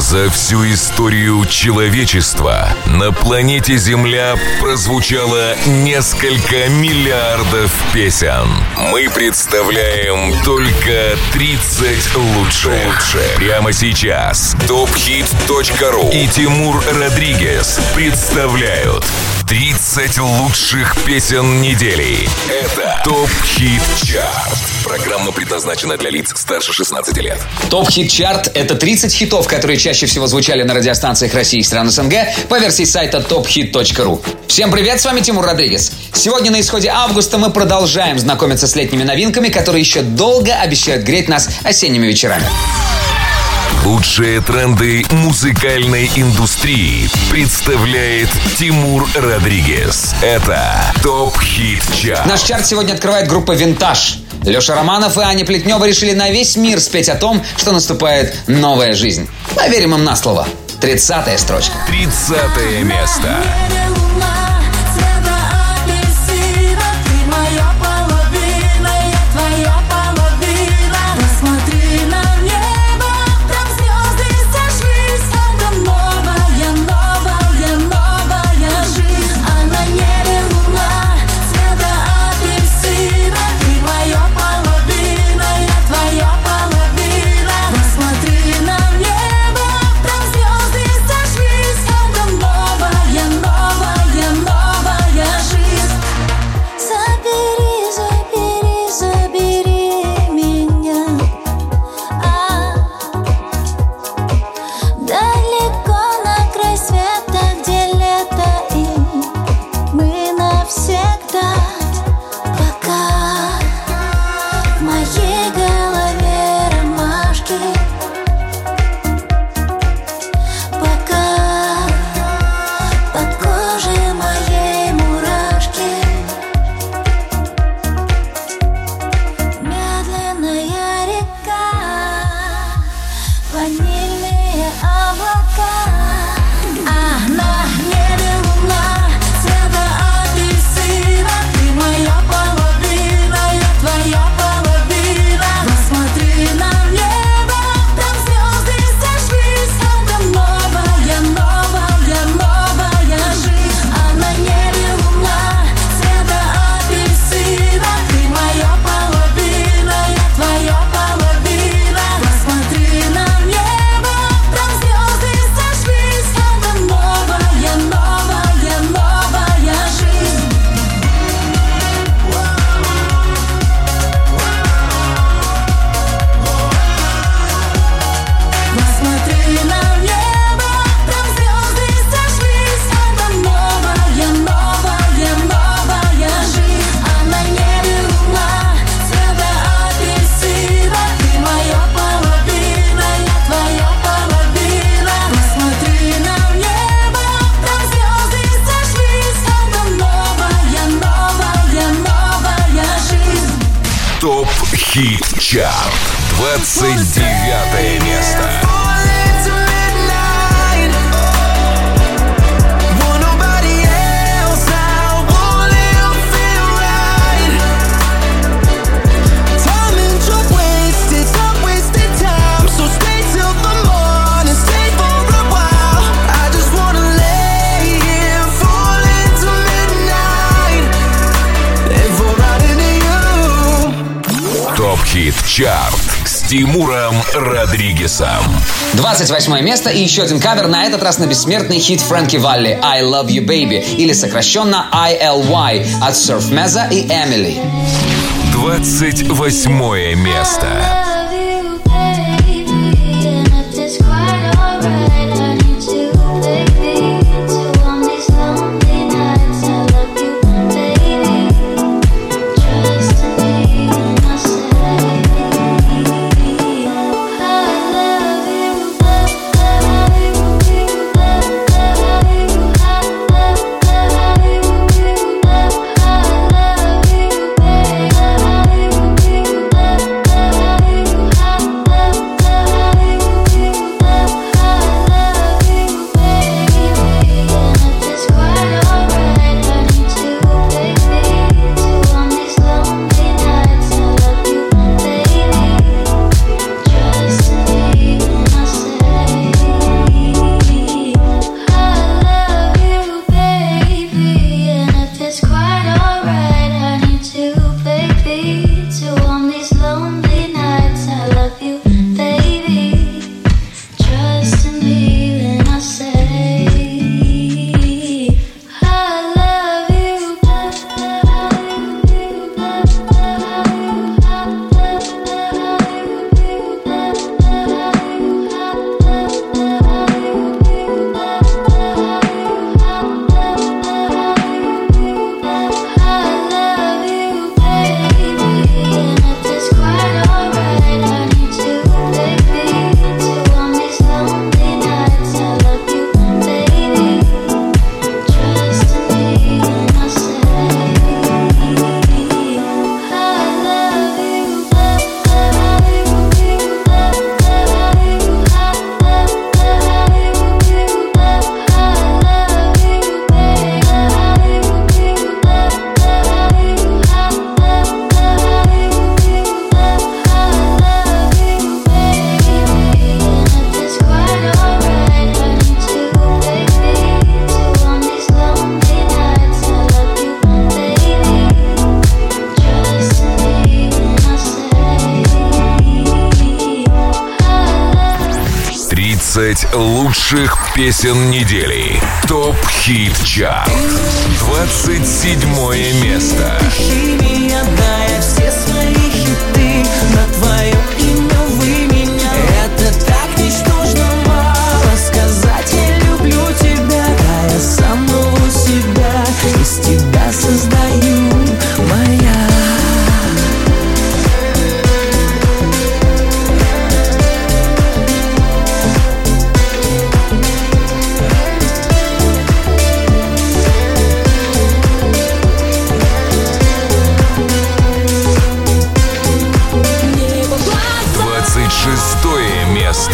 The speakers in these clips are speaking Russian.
За всю историю человечества на планете Земля прозвучало несколько миллиардов песен. Мы представляем только 30 лучших. Прямо сейчас TopHit.ru и Тимур Родригес представляют 30 лучших песен недели. Это ТОП Хит Чарт. Программа предназначена для лиц старше 16 лет. ТОП Хит Чарт — это 30 хитов, которые чаще всего звучали на радиостанциях России и стран СНГ по версии сайта TopHit.ru. Всем привет, с вами Тимур Родригес. Сегодня на исходе августа мы продолжаем знакомиться с летними новинками, которые еще долго обещают греть нас осенними вечерами. Лучшие тренды музыкальной индустрии представляет Тимур Родригес. Это ТОП Хит Чарт. Наш чарт сегодня открывает группа «Винтаж». Леша Романов и Аня Плетнева решили на весь мир спеть о том, что наступает новая жизнь. Поверим им на слово. 30-я строчка. 30-е место. Хит Чарт. 29-е место. Хит Чарт с Тимуром Родригесом. 28 место и еще один кавер, на этот раз на бессмертный хит Фрэнки Валли «I Love You Baby» или сокращенно ILY от Surf Meza и Emily. 28 место. Лучших песен недели. ТОП-хит чарт. 27 место. Все свои хиты на твое имя выменял. Это так ничтожно мало сказать я люблю тебя, а я самого себя из тебя создаю, моя. Шестое место.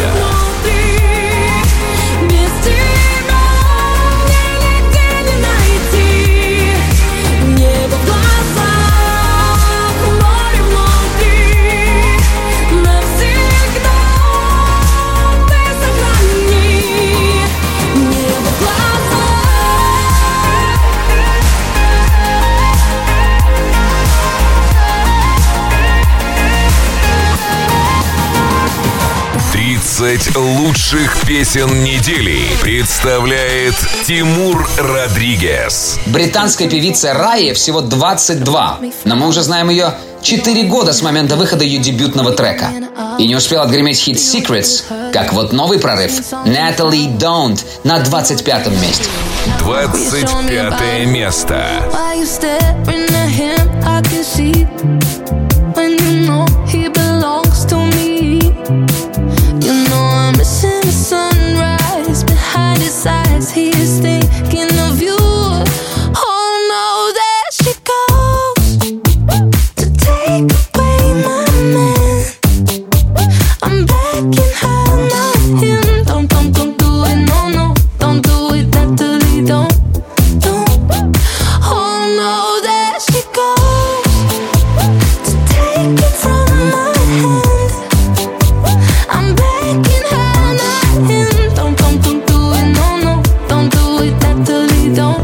Лучших песен недели представляет Тимур Родригес. Британской певице Райе всего 22, но мы уже знаем ее 4 года с момента выхода ее дебютного трека. И не успел отгреметь хит Secrets, как вот новый прорыв Natalie Don't на 25-м месте. 25 место. He is thinking of you. Oh no, there she goes to take away my man. I'm begging her, not him. Don't do it, no, don't do it, Natalie, don't. Oh no, there she goes to take it from my hand. I'm begging her, not him. Don't do it, no. Don't do it, Natalie, don't.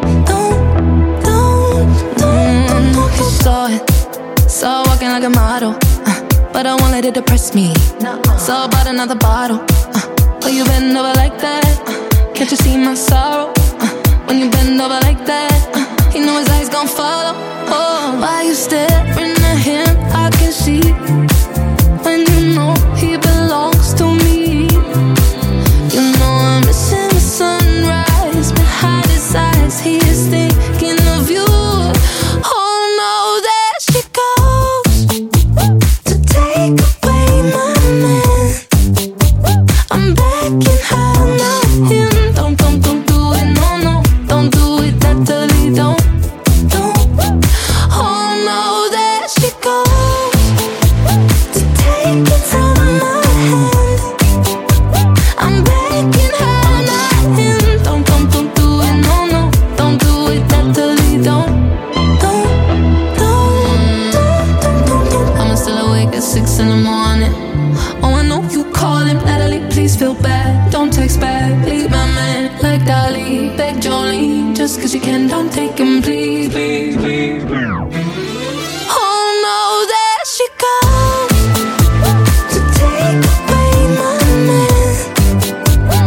You saw walking like a model, but I won't let it depress me. So I bought another bottle. Oh, you bend over like that? Can't you see my sorrow? When you bend over like that, you know his eyes gon' follow. Oh, why you staring at him? I can see when you know he belongs to me. You know I'm missing the sunrise behind his eyes. He is thinking of you. Oh no, there she goes to take away my man. I'm begging her, not him. Don't do it, no, don't do it, Natalie, don't. Oh no, there she goes to take it from my hand. I'm begging her, not him. Don't do it, no, don't do it, Natalie, don't. I'm still awake at 6 in the morning. Oh, I know you calling, Natalie, please feel bad. Don't text back, leave my man like Dolly. Beg Jolene, just cause you can, don't take him, please. Oh no, there she goes to take away my man.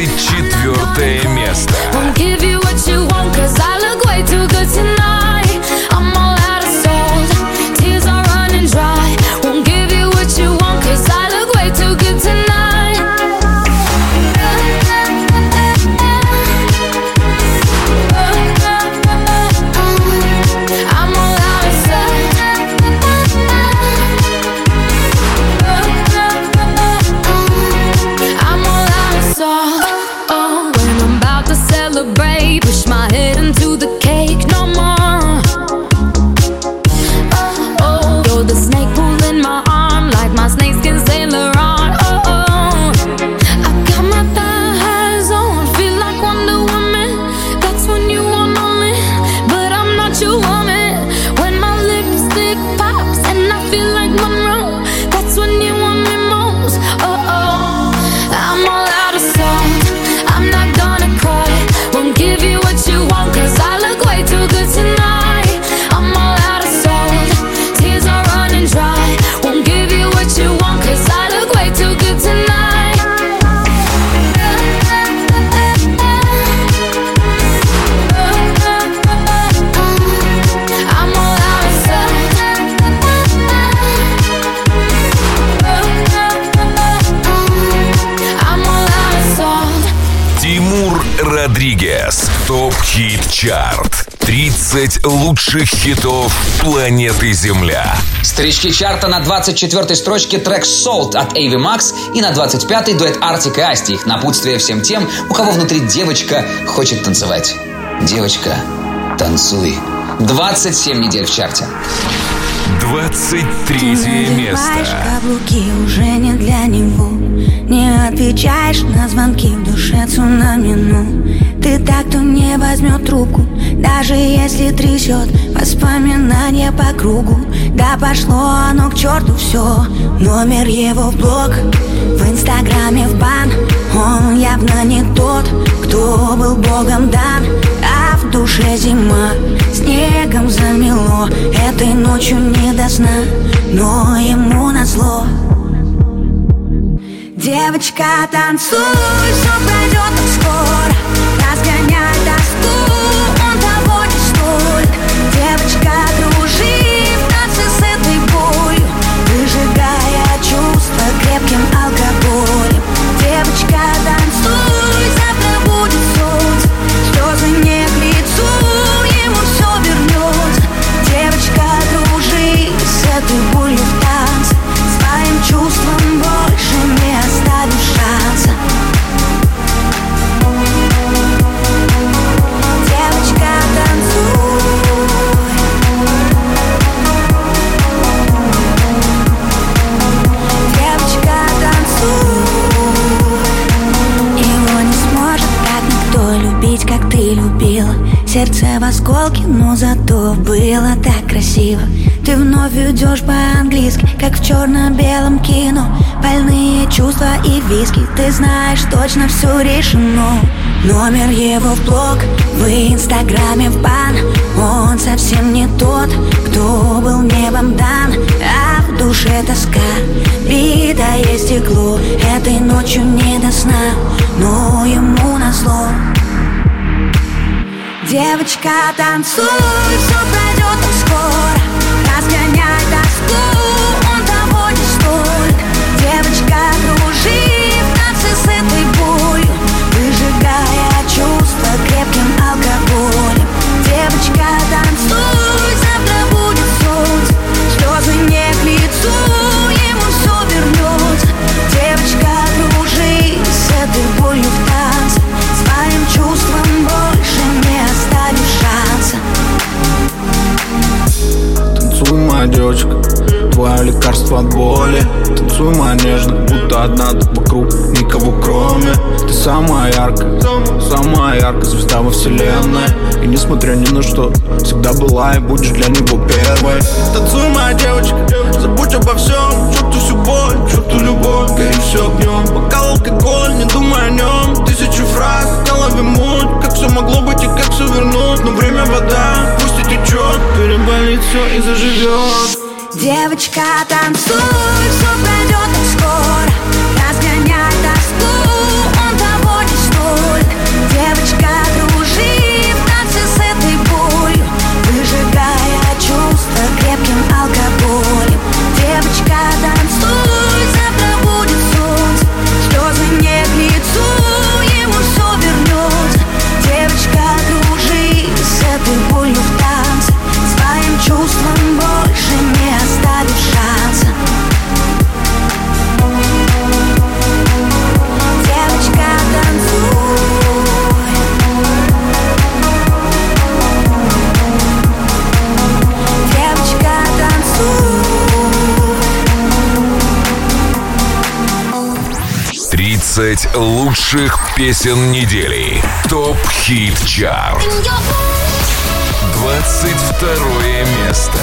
24 место. Won't give you what you want, 'cause I look way too good tonight. I'm all out of salt, tears are running dry. Won't give you what you want, 'cause I look way too good tonight. I'm all out of salt. I'm all out of salt. Oh, when I'm about to celebrate, push my head into the cake no more. Oh, you're the snake pulling my arm like my snakeskin Sailor on. Oh, I got my thighs on, feel like Wonder Woman. That's when you want me, but I'm not your woman. When my lipstick pops and I feel like Monroe, that's when you want me most. Oh, I'm all out of salt. I'm not gonna cry. Won't give you what you want, 'cause I look way too good tonight. I'm all out of salt. Tears are running dry. Won't give you what you want, 'cause I look way too good tonight. I'm all out of salt. I'm all out of salt. Тимур Родригез. Топ-хит чарт. 30 лучших хитов планеты Земля. Старички чарта: на 24-й строчке трек «Salt» от Avi Max и на 25-й дуэт Артик и Асти. Их напутствие всем тем, у кого внутри девочка хочет танцевать. Девочка, танцуй. 27 недель в чарте. 23 место. Каблуки уже не для него. Не отвечаешь на звонки, в душе цунами, ну. Ты так, кто не возьмет трубку, даже если трясет воспоминания по кругу. Да пошло оно к черту все. Номер его в блог, в инстаграме в бан. Он явно не тот, кто был богом дан. А в душе зима, снегом замело. Этой ночью не до сна, но ему назло. Девочка, танцуй, все пройдет так скоро. Разгоняй тоску, он того не стоит. Девочка, кружи в танце с этой болью, выжигая чувства крепким алкоголем. Девочка, танцуй, завтра будет солнце. Слезы не к лицу, ему все вернется. Девочка, кружи с этой болью в танце. Своим чувством больше не оставишь шанса. Девочка, танцуй. Девочка, танцуй. Его не сможет так никто любить, как ты любила. Сердце в осколке, но зато было так красиво. Ты вновь идешь по-английски, как в черно-белом кино. Больные чувства и виски, ты знаешь, точно все решено. Номер его в блог, в инстаграме в бан. Он совсем не тот, кто был небом дан. А в душе тоска, битое стекло. Этой ночью не до сна, но ему назло. Девочка, танцуй, все пройдет так скоро. Разгоняй тоску, он того не стоит. Девочка, кружи в танце с этой болью, выжигая чувства крепким алкоголем. Девочка, танцуй, завтра будет солнце. Слезы не к лицу, ему все вернется. Девочка, кружи с этой болью в танце. Своим чувством больше не оставишь шанса. Танцуй, моя девочка, твое лекарство от боли. Танцуй, моя нежная, будто одна тут вокруг, никого кроме. Ты самая яркая звезда во вселенной. И несмотря ни на что, всегда была и будешь для него первой. Танцуй, моя девочка, забудь обо всем. К черту всю боль, к черту любовь, гори все огнем. Бокал, алкоголь, не думай о нем. 1000 фраз, в голове муть. Как все могло быть и как все вернуть. Но время вода, пусть и течет, переболит все и заживет. Девочка, танцуй, все пройдет так скоро. Разгоняй тоску, он того не стоит. 15 лучших песен недели. ТОП-хит чарт. 22 место.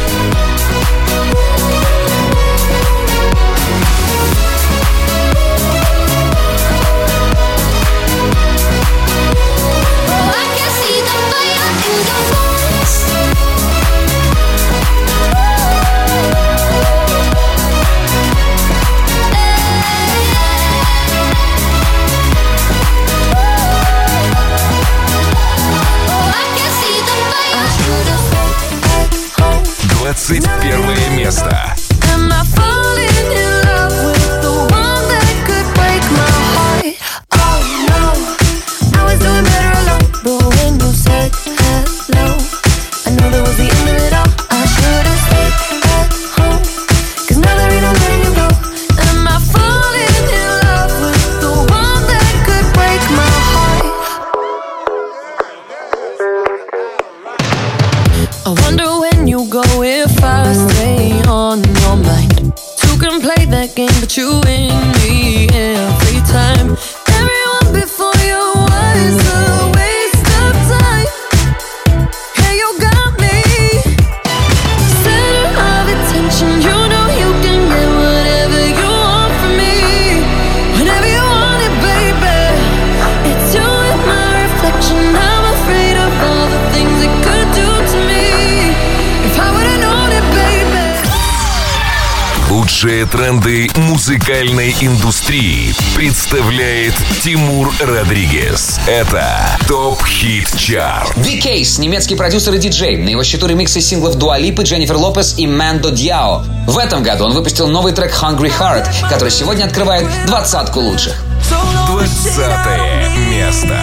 Двадцать первое место. But you win me every time. Everyone before you was a waste of time. Hey, you got me center of attention. You know you can get whatever you want from me, whenever you want it, baby. It's you and my reflection. I'm afraid of all the things it could do to me. If I would've known it, baby. Лучшие тренды музыкальной индустрии представляет Тимур Родригес. Это ТОП-хит чарт. The Case, немецкий продюсер и диджей. На его счету ремиксы синглов Дуа Липы, Дженнифер Лопес и Мандо Диао. В этом году он выпустил новый трек Hungry Heart, который сегодня открывает 20 лучших. 20 место.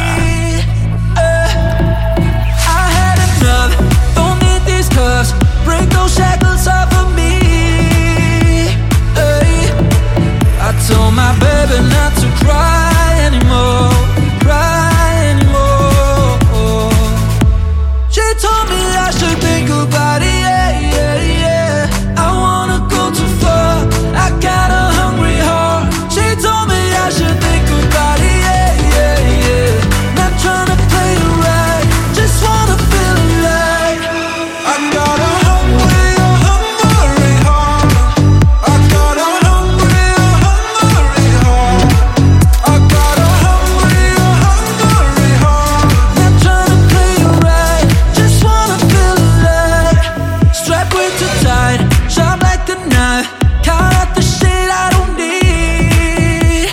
I told my baby not to cry anymore, cry anymore. She told me I should think about it, yeah, yeah, yeah. I wanna go too far, I got a hungry heart. She told me I should think about it, yeah, yeah, yeah. Not trying to play it right, just wanna feel alive. I got a hungry heart. I got a hungry heart. I got a hungry heart. Not trying to play it right, just wanna feel alive. Strapped way too tight, sharp like a knife. Count out the shit I don't need.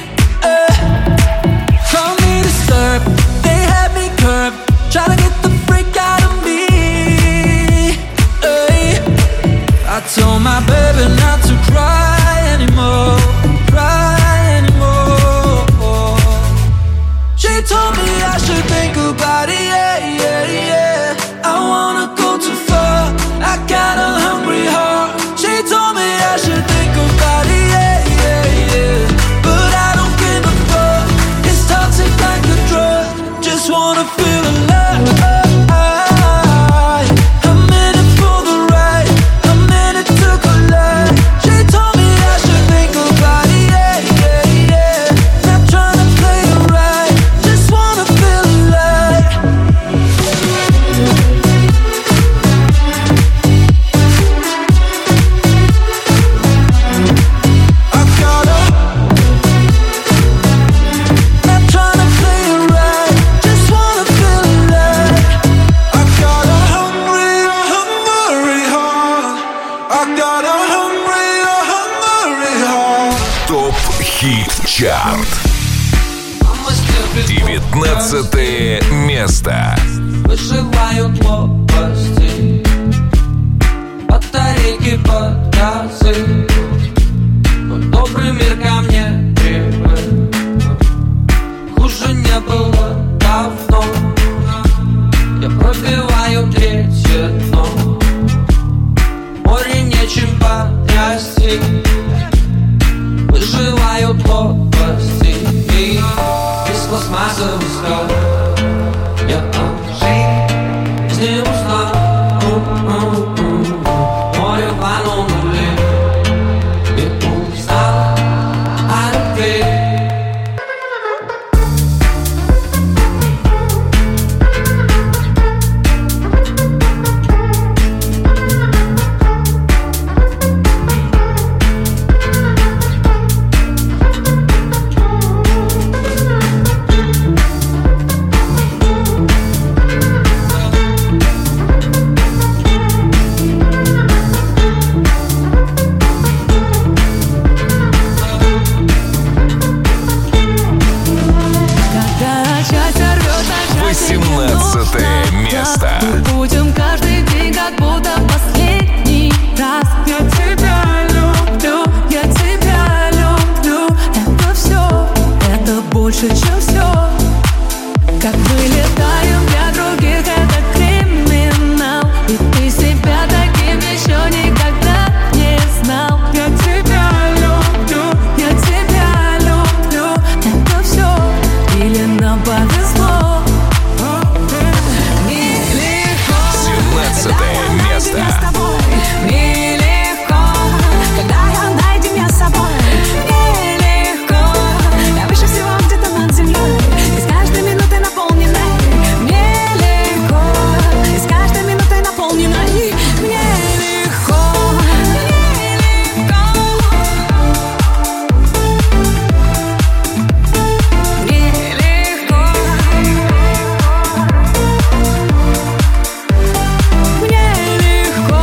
Call me disturbed, they had me curved. Trying to get the freak out of me. I told my baby not to cry anymore, cry anymore. She told me I should think about it, yeah, yeah, yeah. I wanna go too far, I got a hungry heart. She told me I should think about it, yeah, yeah, yeah. But I don't give a fuck, it's toxic like a drug. Just wanna feel alive. I'm in it for the ride, I'm in it to collide. She told me I should think about it, yeah, yeah, yeah. Not trying to play it right, just wanna feel alive. I got a, not trying to play it right, just wanna feel alive. I got a hungry heart. I got a hungry heart. ТОП-хит чарт. 19 место. Выживают лопасти, батарейки под газы. Но добрый мир ко мне привык, хуже не было давно. Я пробиваю третье дно, море нечем потрясти. Выживают лопасти из пластмассовых скал. Я жизнь не узнал. Море ванули и устал от любви. 17 место. Будем каждый день как будто последний раз. Я тебя люблю, я тебя люблю. Это все, это больше, чем все. Как мы летаем для других, это криминал. И ты себя таким еще никогда не знал. Я тебя люблю, я тебя люблю. Это все, или нам повезло. 17 место. Мне легко, когда я наедине с собой. Мне легко, я выше всего где-то над землей. И с каждой минутой наполненной. Мне легко, и с каждой минутой наполненной. Мне легко, мне легко. Мне легко. Мне легко.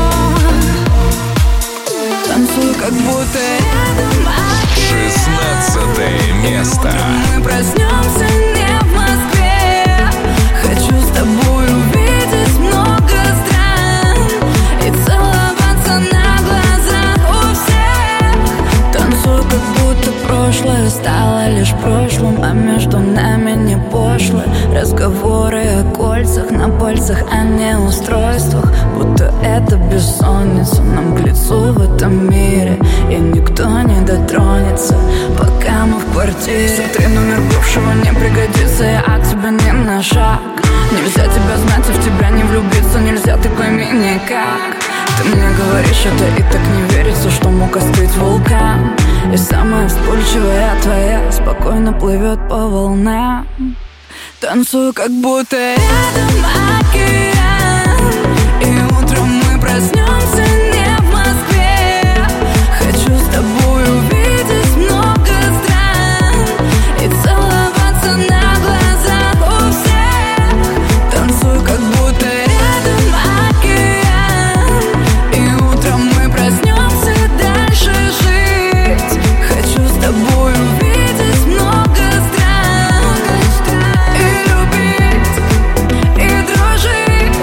Танцую, как будто рядом океан. 16 место. Мы проснемся не в Москве. Хочу с тобой увидеть много стран и целоваться на глазах у всех. Танцую, как будто прошлое стало лишь прошлым, а между нами не пошлые разговоры о кольцах на пальцах, а не устройствах. Будто это бессонница нам к лицу в этом мире, и никто не дотронется, пока мы в квартире. Смотри, номер бывшего не пригодится, я от тебя не на шаг. Нельзя тебя знать и в тебя не влюбиться, нельзя, ты пойми никак. Ты мне говоришь это и так не верится, что мог остыть вулкан. И самая вспыльчивая твоя спокойно плывет по волнам. Танцую, как будто рядом океан. И утром мы проснемся не в Москве. Хочу с тобой увидеть много стран и целоваться на глазах у всех. Танцую, как будто рядом океан. И утром мы проснемся дальше жить. Хочу с тобой увидеть много стран и любить, и дружить.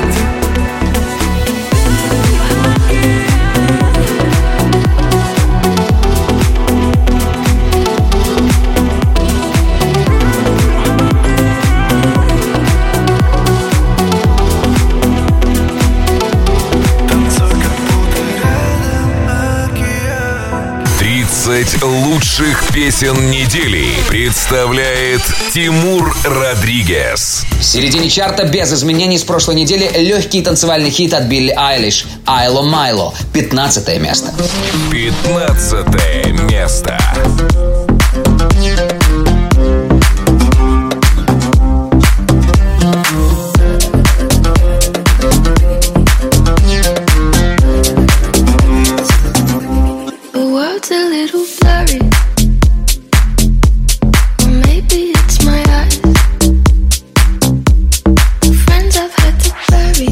Танцуй, как будто рядом океан. 30 лучших песен недели представляет Тимур Родригес. В середине чарта без изменений с прошлой недели легкий танцевальный хит от Билли Айлиш «Айло Майло», 15 место. 15 место. The world's a little blurry, or maybe it's my eyes. Friends I've had to bury.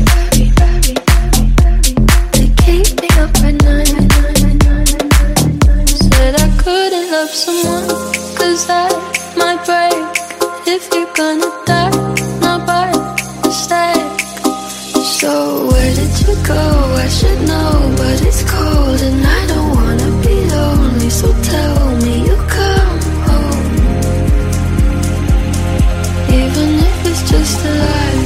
They keep me up at night. Said I couldn't love someone, 'cause that might break. If you're gonna die, not by mistake. So where did you go? I should know, but it's cold and I don't wanna be lonely. So tell me you come home, even if it's just a lie.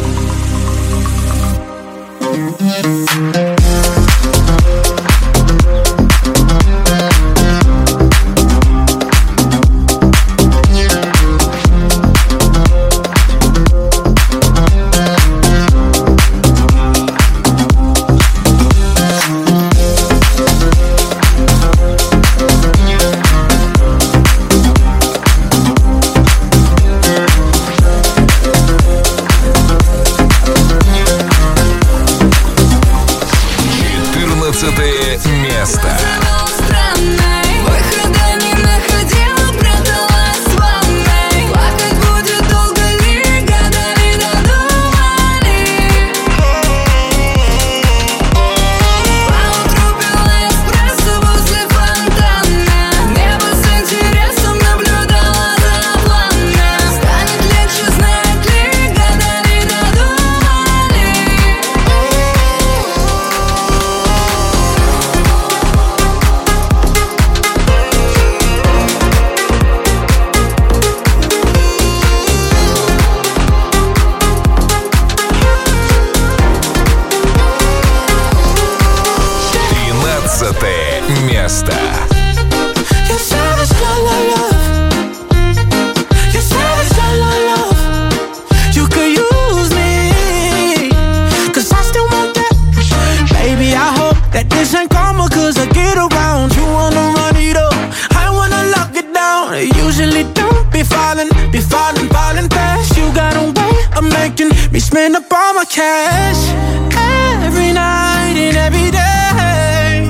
место. You're savage, love. You're savage, love. You could use me, 'cause I still want that. Baby, I hope that this ain't karma, 'cause I get around. You wanna run it up, I wanna lock it down. I usually don't be falling fast. You got a way of making me spend up all my cash. Every night and every day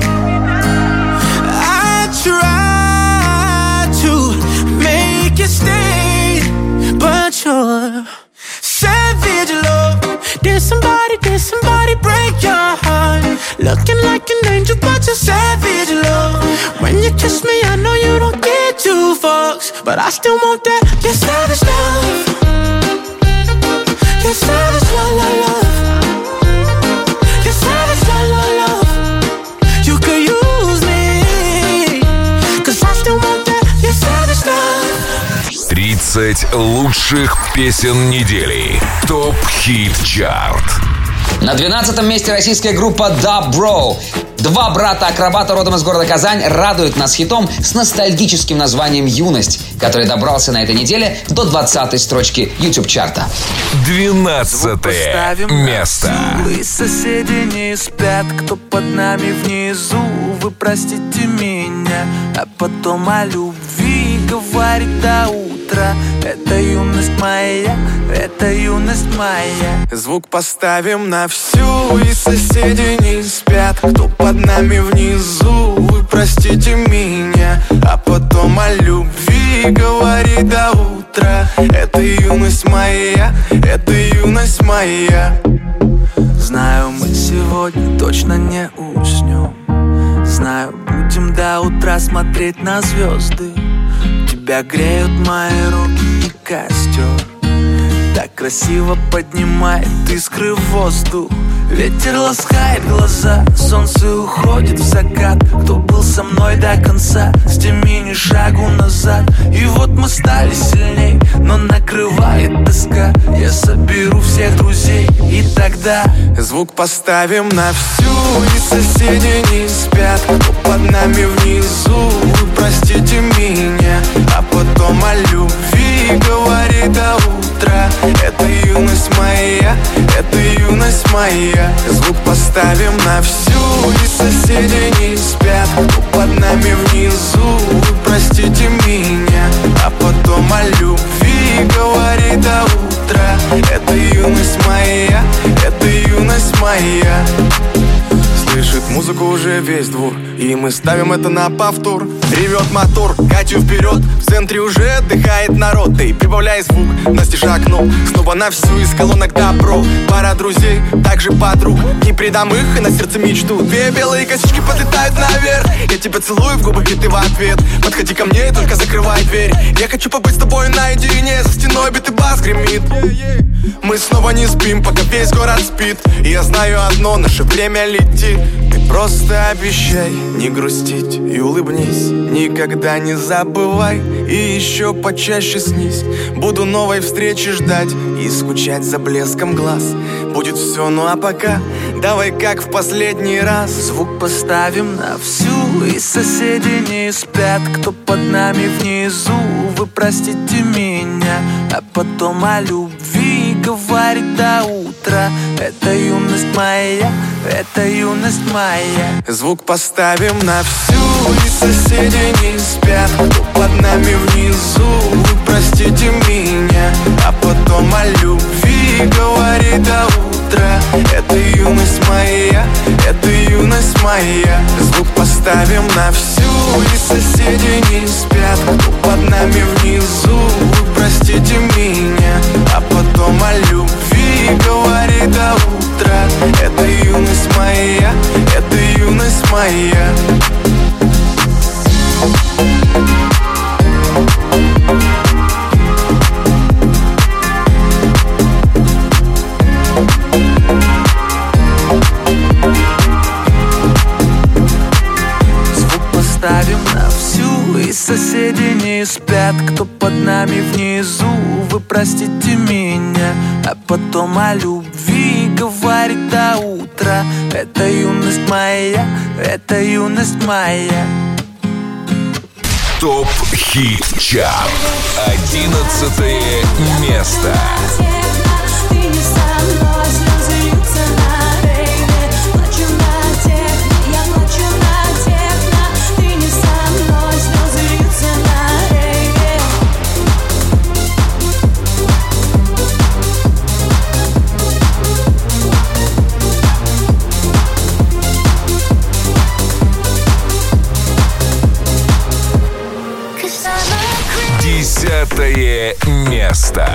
I try to make you stay, but you're savage, love. Did somebody break your heart? Looking like an angel, but you're savage, love. When you kiss me, I know you don't get two fucks, but I still want that. You're savage, love. You're savage, love. You're savage, love. You could use me, 'cause I still want that. You're savage, love. 30 лучших песен недели. ТОП-хит-чарт. На 12-м месте российская группа Da Bro. Два брата-акробата родом из города Казань радуют нас хитом с ностальгическим названием «Юность», который добрался на этой неделе до 20-й строчки YouTube-чарта. 12 место. И соседи не спят, кто под нами внизу. Вы простите меня, а потом о любви говорит до утра. Это юность моя, это юность моя. Звук поставим на всю, и соседи не спят, кто под нами внизу. Вы простите меня, а потом о любви говори до утра. Это юность моя, это юность моя. Знаю, мы сегодня точно не уснем. Знаю, будем до утра смотреть на звезды. Тебя греют мои руки и костер. Так красиво поднимает искры в воздух. Ветер ласкает глаза, солнце уходит в закат. Кто был со мной до конца, с теми ни шагу назад. И вот мы стали сильней, но накрывает тоска. Я соберу всех друзей, и тогда звук поставим на всю, и соседи не спят, кто под нами внизу. Вы простите меня, а потом о любви говори до утра. Это юность моя, это юность моя. Звук поставим на всю, и соседи не спят, кто под нами внизу. Вы простите меня, а потом о любви говори до утра. Это юность моя, это юность моя. Слышит музыку уже весь двор, и мы ставим это на повтор. Ревет мотор, катю вперед, в центре уже отдыхает народ. Ты прибавляй звук, Настя окно, снова на всю из колонок добро. Пара друзей, также подруг, не предам их и на сердце мечту. Две белые косички подлетают наверх, я тебя целую в губы, и ты в ответ. Подходи ко мне и только закрывай дверь. Я хочу побыть с тобой наедине, за стеной битый бас гремит. Мы снова не спим, пока весь город спит. И я знаю одно, наше время летит. Ты просто обещай не грустить и улыбнись. Никогда не забывай и еще почаще снись. Буду новой встречи ждать и скучать за блеском глаз. Будет все, ну а пока давай как в последний раз. Звук поставим на всю, и соседи не спят, кто под нами внизу. Вы простите меня, а потом о любви говорит до утра. Это юность моя, это юность моя. Звук поставим на всю, и соседи не спят, кто под нами внизу. Вы простите меня, а потом о любви говори до утра. Это юность моя, это юность моя. Звук поставим на всю, и соседи не спят, кто под нами внизу. Вы простите меня, а потом о любви говори до утра. Это юность моя, это юность моя. Звук поставим на всю, и соседи не спят, кто под нами внизу. Вы простите меня, а потом о любви говорит до утра. Это юность моя, это юность моя. ТОП Хит Чарт. 11 место. Десятое место.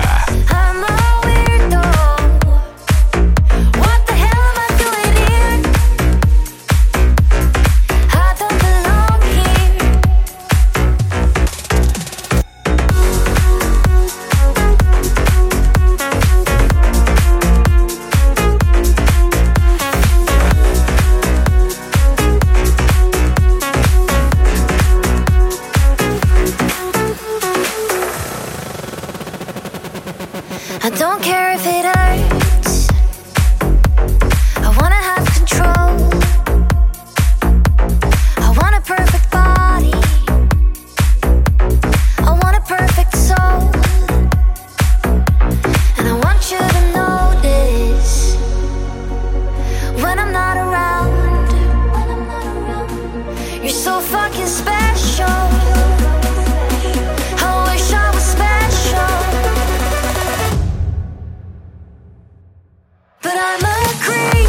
I don't care if it hurts. I wanna have control. I want a perfect body. I want a perfect soul. And I want you to notice when I'm not around. You're so fucking special. I wish I was special. But I'm a creep.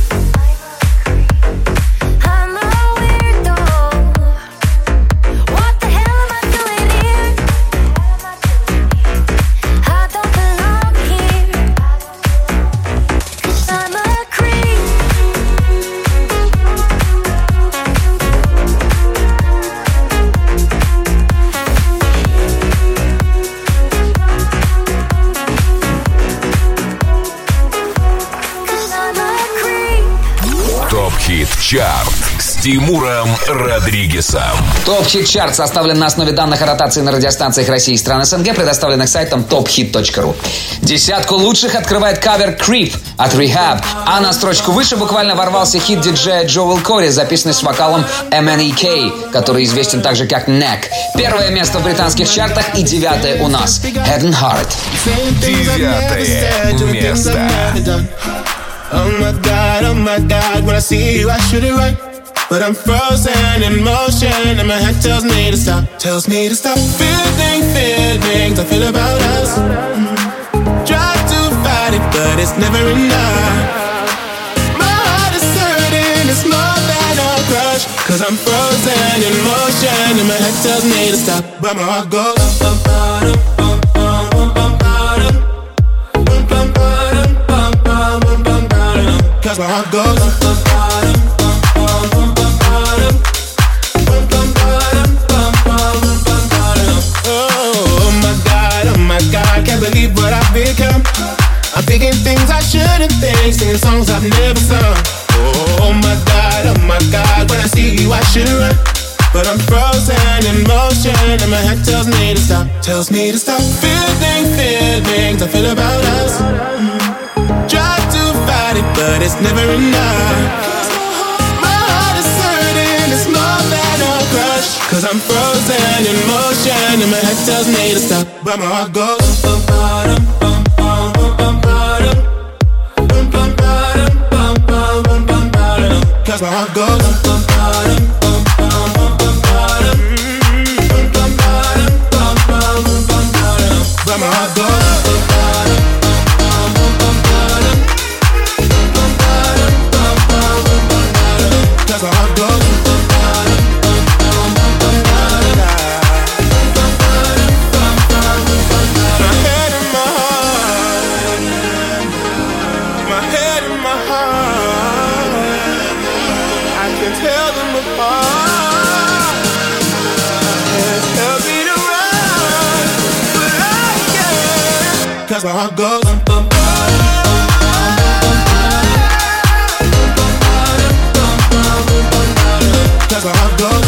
I'm a weirdo. What the hell am I doing here? I don't belong here. 'Cause I'm a creep. ТОП Хит Чарт с Тимуром Родригесом. ТОП Хит Чарт составлен на основе данных о ротации на радиостанциях России и стран СНГ, предоставленных сайтом tophit.ru. Десятку лучших открывает кавер Creep от Rehab, а на строчку выше буквально ворвался хит диджея Джоэл Кори, записанный с вокалом MNEK, который известен также как Neck. Первое место в британских чартах и девятое у нас. Head and Heart. Девятое место. Oh my God, when I see you I shoot it right. But I'm frozen in motion and my head tells me to stop. Tells me to stop. Feelings I feel about us. Try to fight it but it's never enough. My heart is hurting, it's more than a crush. 'Cause I'm frozen in motion and my head tells me to stop. But my heart goes cause my heart goes oh my God, can't believe what I've become. I'm thinking things I shouldn't think, singing songs I've never sung. Oh my God, when I see you I should run. But I'm frozen in motion and my head tells me to stop. Tells me to stop. Feelings I feel about us. Try to fight it, but it's never enough. My heart is hurting, it's more than a crush. 'Cause I'm frozen in motion and my head tells me to stop. But my heart goes cause my heart goes but my heart goes cause my heart goes. My head and my heart, my head and my heart, I can tell them apart. Hands tell me to run, but I can't, cause my heart goes. Cause my heart goes.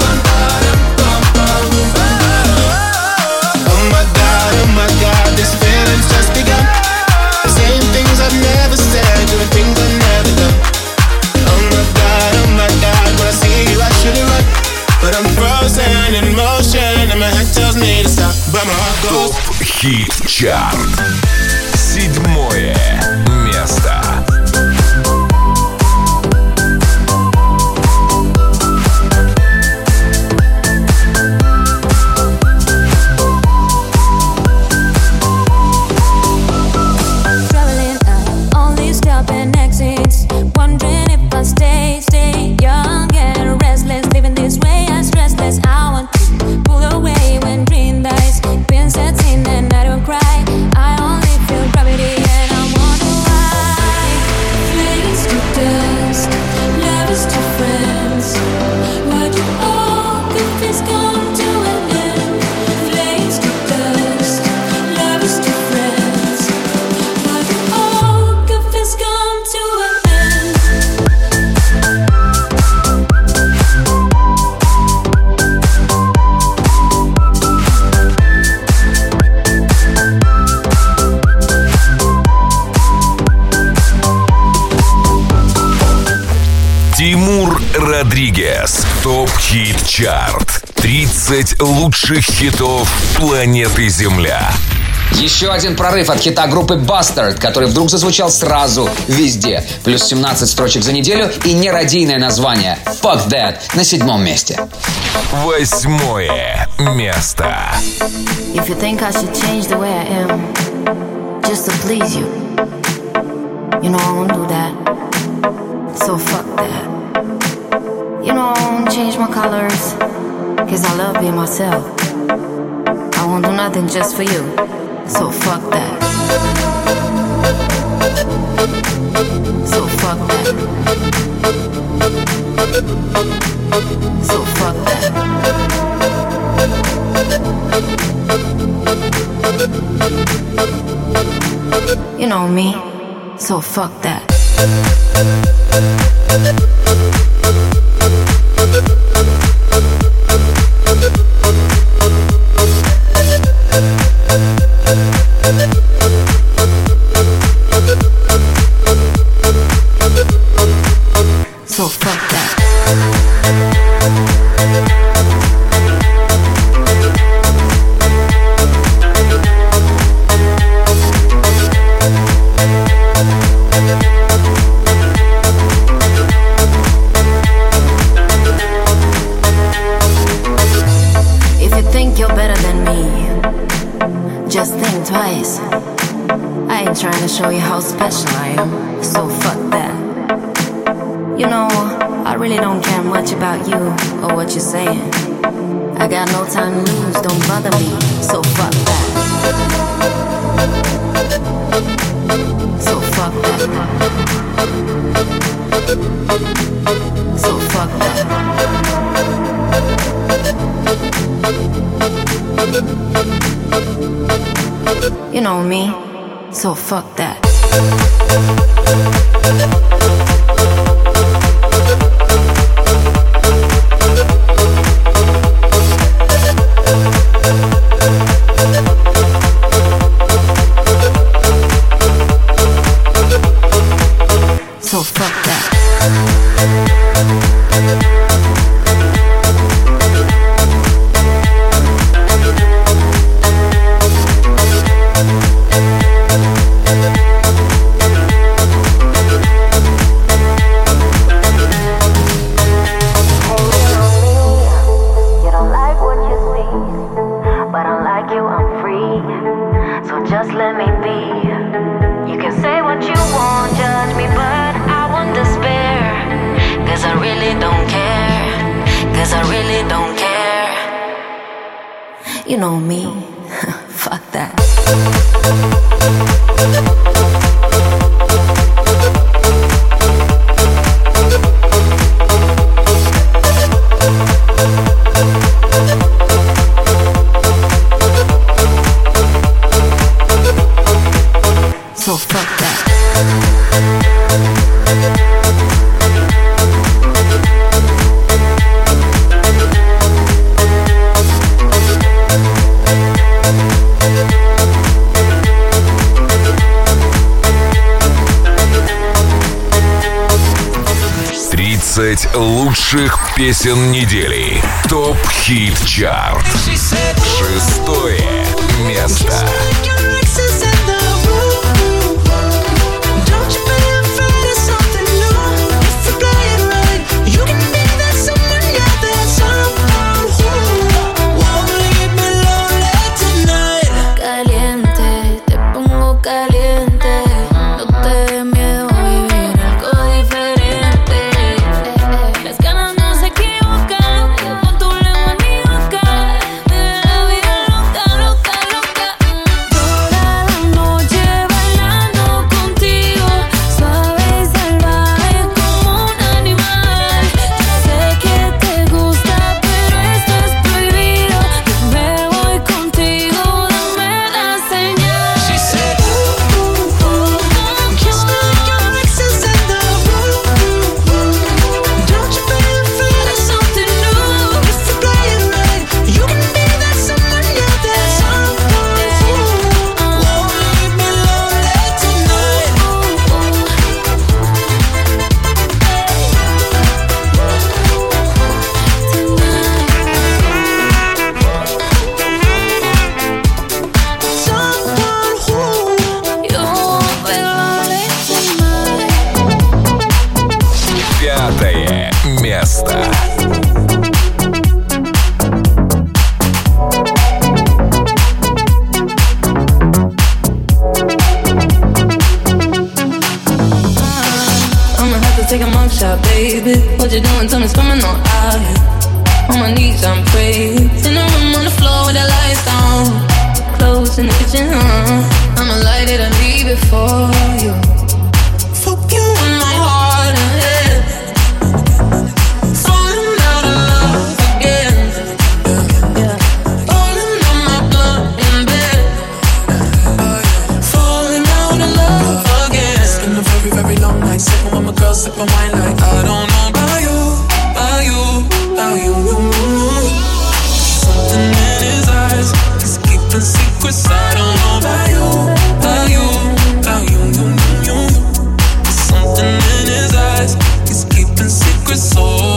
Oh my God, this feeling but my heart goes. ТОП ХИТ ЧАРТ. 7 место. Тимур Родригес. ТОП ХИТ ЧАРТ. 30 лучших хитов планеты Земля. Еще один прорыв от хита группы Bastard, который вдруг зазвучал сразу везде. Плюс 17 строчек за неделю и нерадийное название Fuck That на 7 месте. 8 место. If you think I should change the way I am just to please you, you know I won't do that. So fuck that. You know I won't change my colors, cause I love being myself. I won't do nothing just for you. So fuck that. So fuck that. So fuck that. You know me, so fuck that. So fuck that. If you think you're better than me, just think twice. I ain't trying to show you how special I am. So fuck that. You know, I really don't care much about you or what you're saying. I got no time to lose, don't bother me. So fuck that. So fuck that. So fuck that. You know me, so fuck that. So fuck that. You know me, fuck that. So fuck that. лучших песен недели. ТОП Хит Чарт. 6 место. What you doing? Tell me it's coming on out here. On my knees, I'm praying. In the room on the floor with the lights down. Clothes in the kitchen, I'ma light it and leave it for you. Fuck you in my heart and head. Falling out of love again. Yeah. Falling on my blood in bed. Falling out of love again. It's been a very, very long night. Sipping with my girl, sipping wine like I don't know about you. Something in his eyes is keeping secrets. I don't know about you. Something in his eyes is keeping secrets.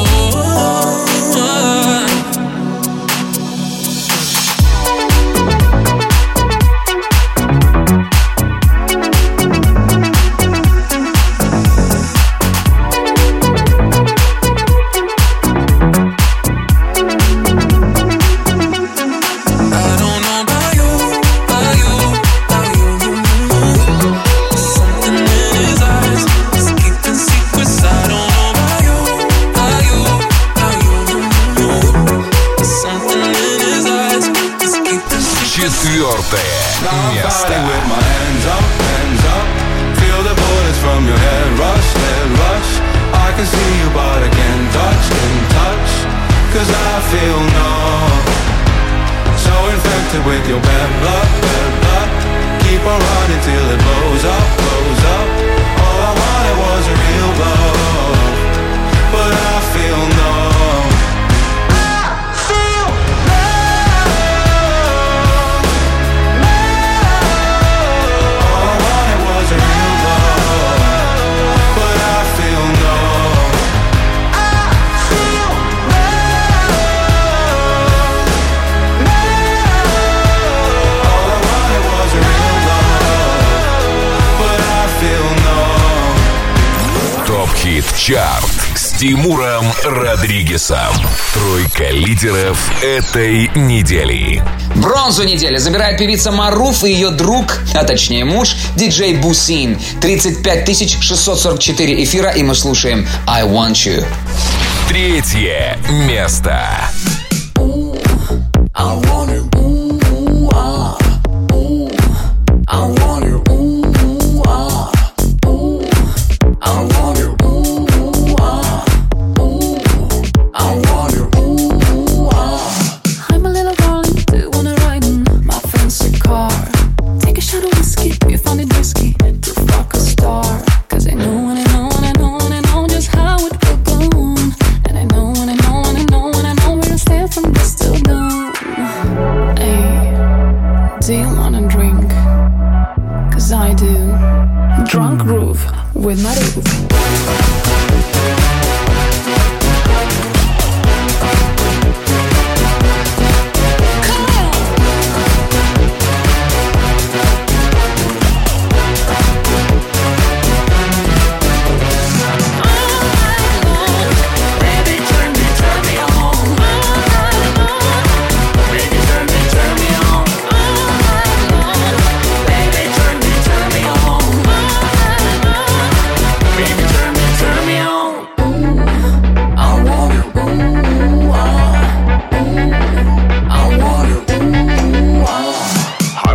With your bad blood, keep on running till it blows up. All I wanted was a real love, but I feel numb. I feel numb. All I wanted was a real love, but I feel numb. I feel Топ-хит чарт с Тимуром Родригесом. Тройка лидеров этой недели. Бронзу недели забирает певица Маруф и ее друг, а точнее муж, диджей Бусин. 35 644 эфира, и мы слушаем I Want You. 3 место. Drunk Groove with Marouf.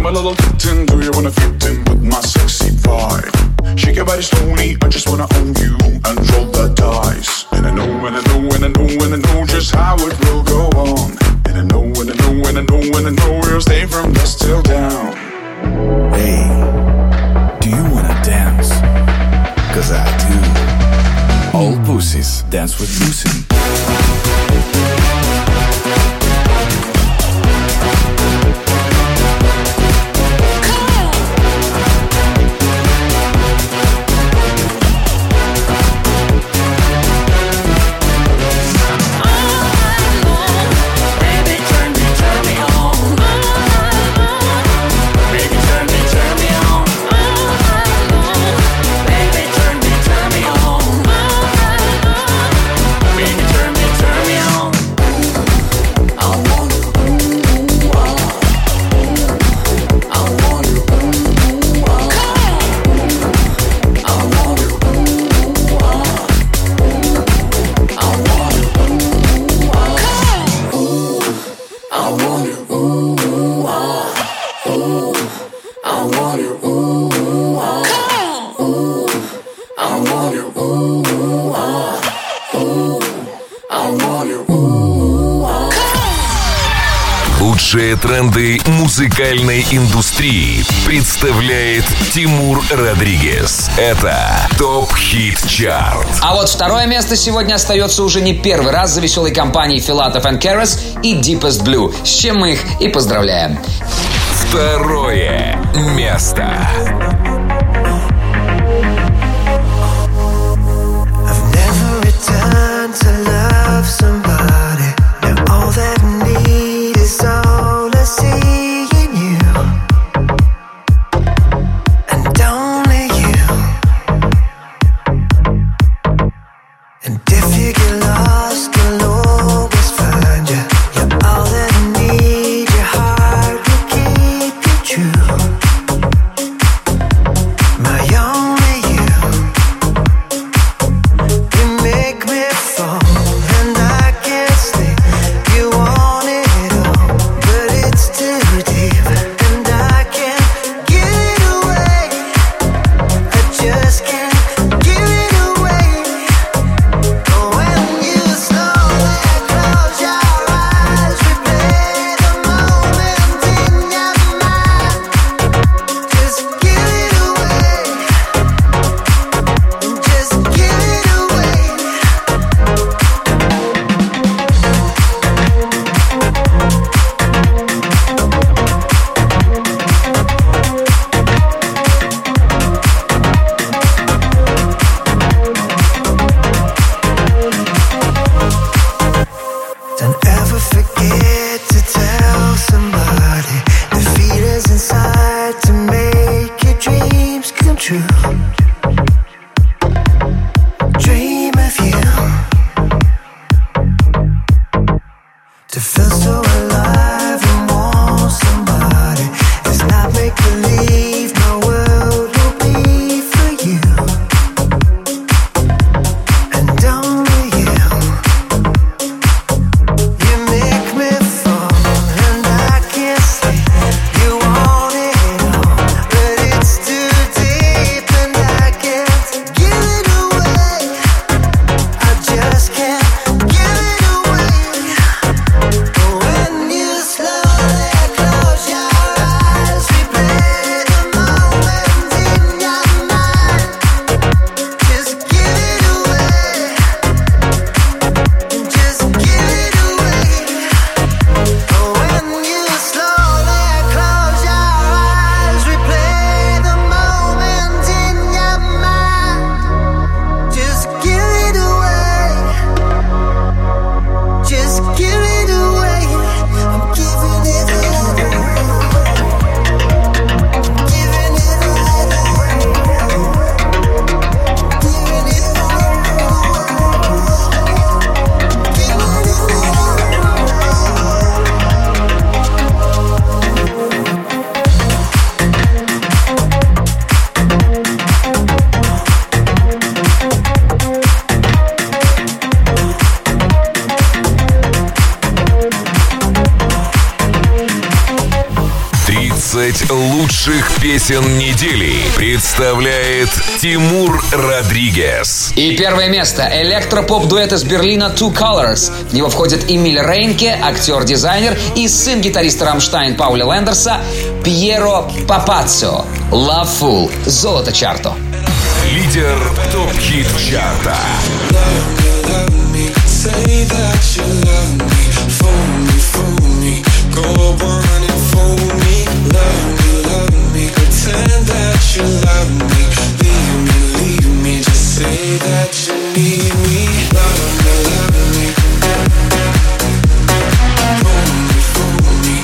a little kitten, do you wanna fit in with my sexy vibe? Shake your body slowly, I just wanna own you and roll the dice. And I know, and I know, and I know, and I know just how it will go on. And I know, and I know, and I know, and I know we'll stay from dusk till down. Hey, do you wanna dance? 'Cause I do. All pussies dance with Lucy. Лучшие тренды музыкальной индустрии представляет Тимур Родригез. Это ТОП Хит Чарт. А вот второе место сегодня остается уже не первый раз за веселой компанией Filatov and Keras и Deepest Blue, с чем мы их и поздравляем. Второе место. My 20 лучших песен недели представляет Тимур Родригес. И первое место. Электропоп-дуэт из Берлина Two Colors. В него входят Эмиль Рейнке, актер-дизайнер, и сын гитариста Рамштайн Пауля Лендерса Пьеро Папаццо. Love Fool. Золото чарту. Лидер ТОП-хит чарта. Say that you love me, fool me, go on and fool me, love me, pretend that you love me, leave me, just say that you need me, love me, fool me,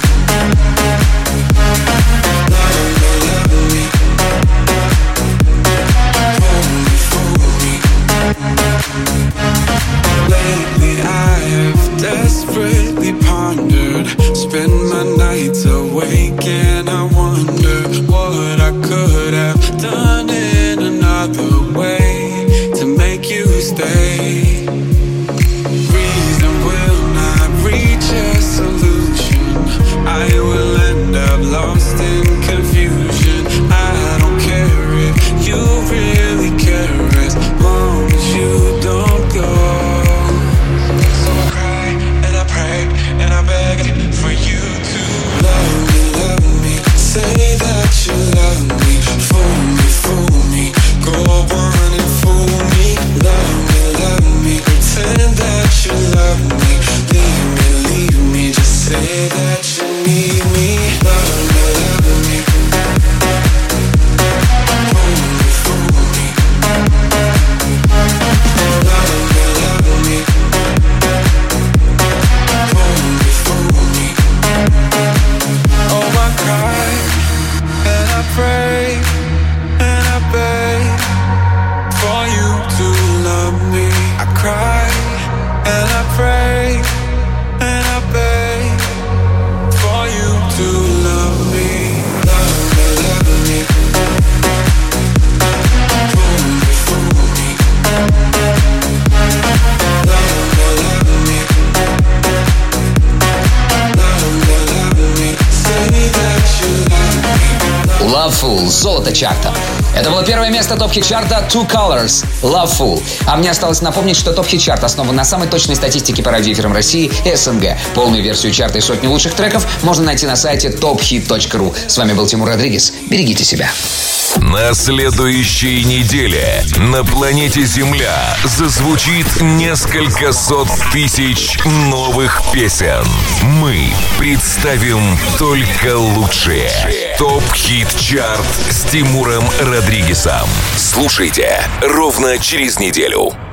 lately I have desperately pondered, spend my nights awake and I wonder what I could have done in another way to make you stay. Reason will not reach a solution, I will end up lost in confusion. I don't care if you really care as long as you don't go. So I cry and I pray and I beg for you to love me, say that you love me, fool me, go on and fool me, love me, pretend that you love me, leave me, just say that you need me, love me, Love Fool. Золото чарта. Это было первое место ТОП-хит чарта Two Colors. Love Fool. А мне осталось напомнить, что ТОП-хит чарт основан на самой точной статистике по радиоэфирам России и СНГ. Полную версию чарта и сотни лучших треков можно найти на сайте tophit.ru. С вами был Тимур Родригес. Берегите себя. На следующей неделе на планете Земля зазвучит несколько сот тысяч новых песен. Мы представим только лучшие. ТОП-хит-чарт с Тимуром Родригесом. Слушайте ровно через неделю.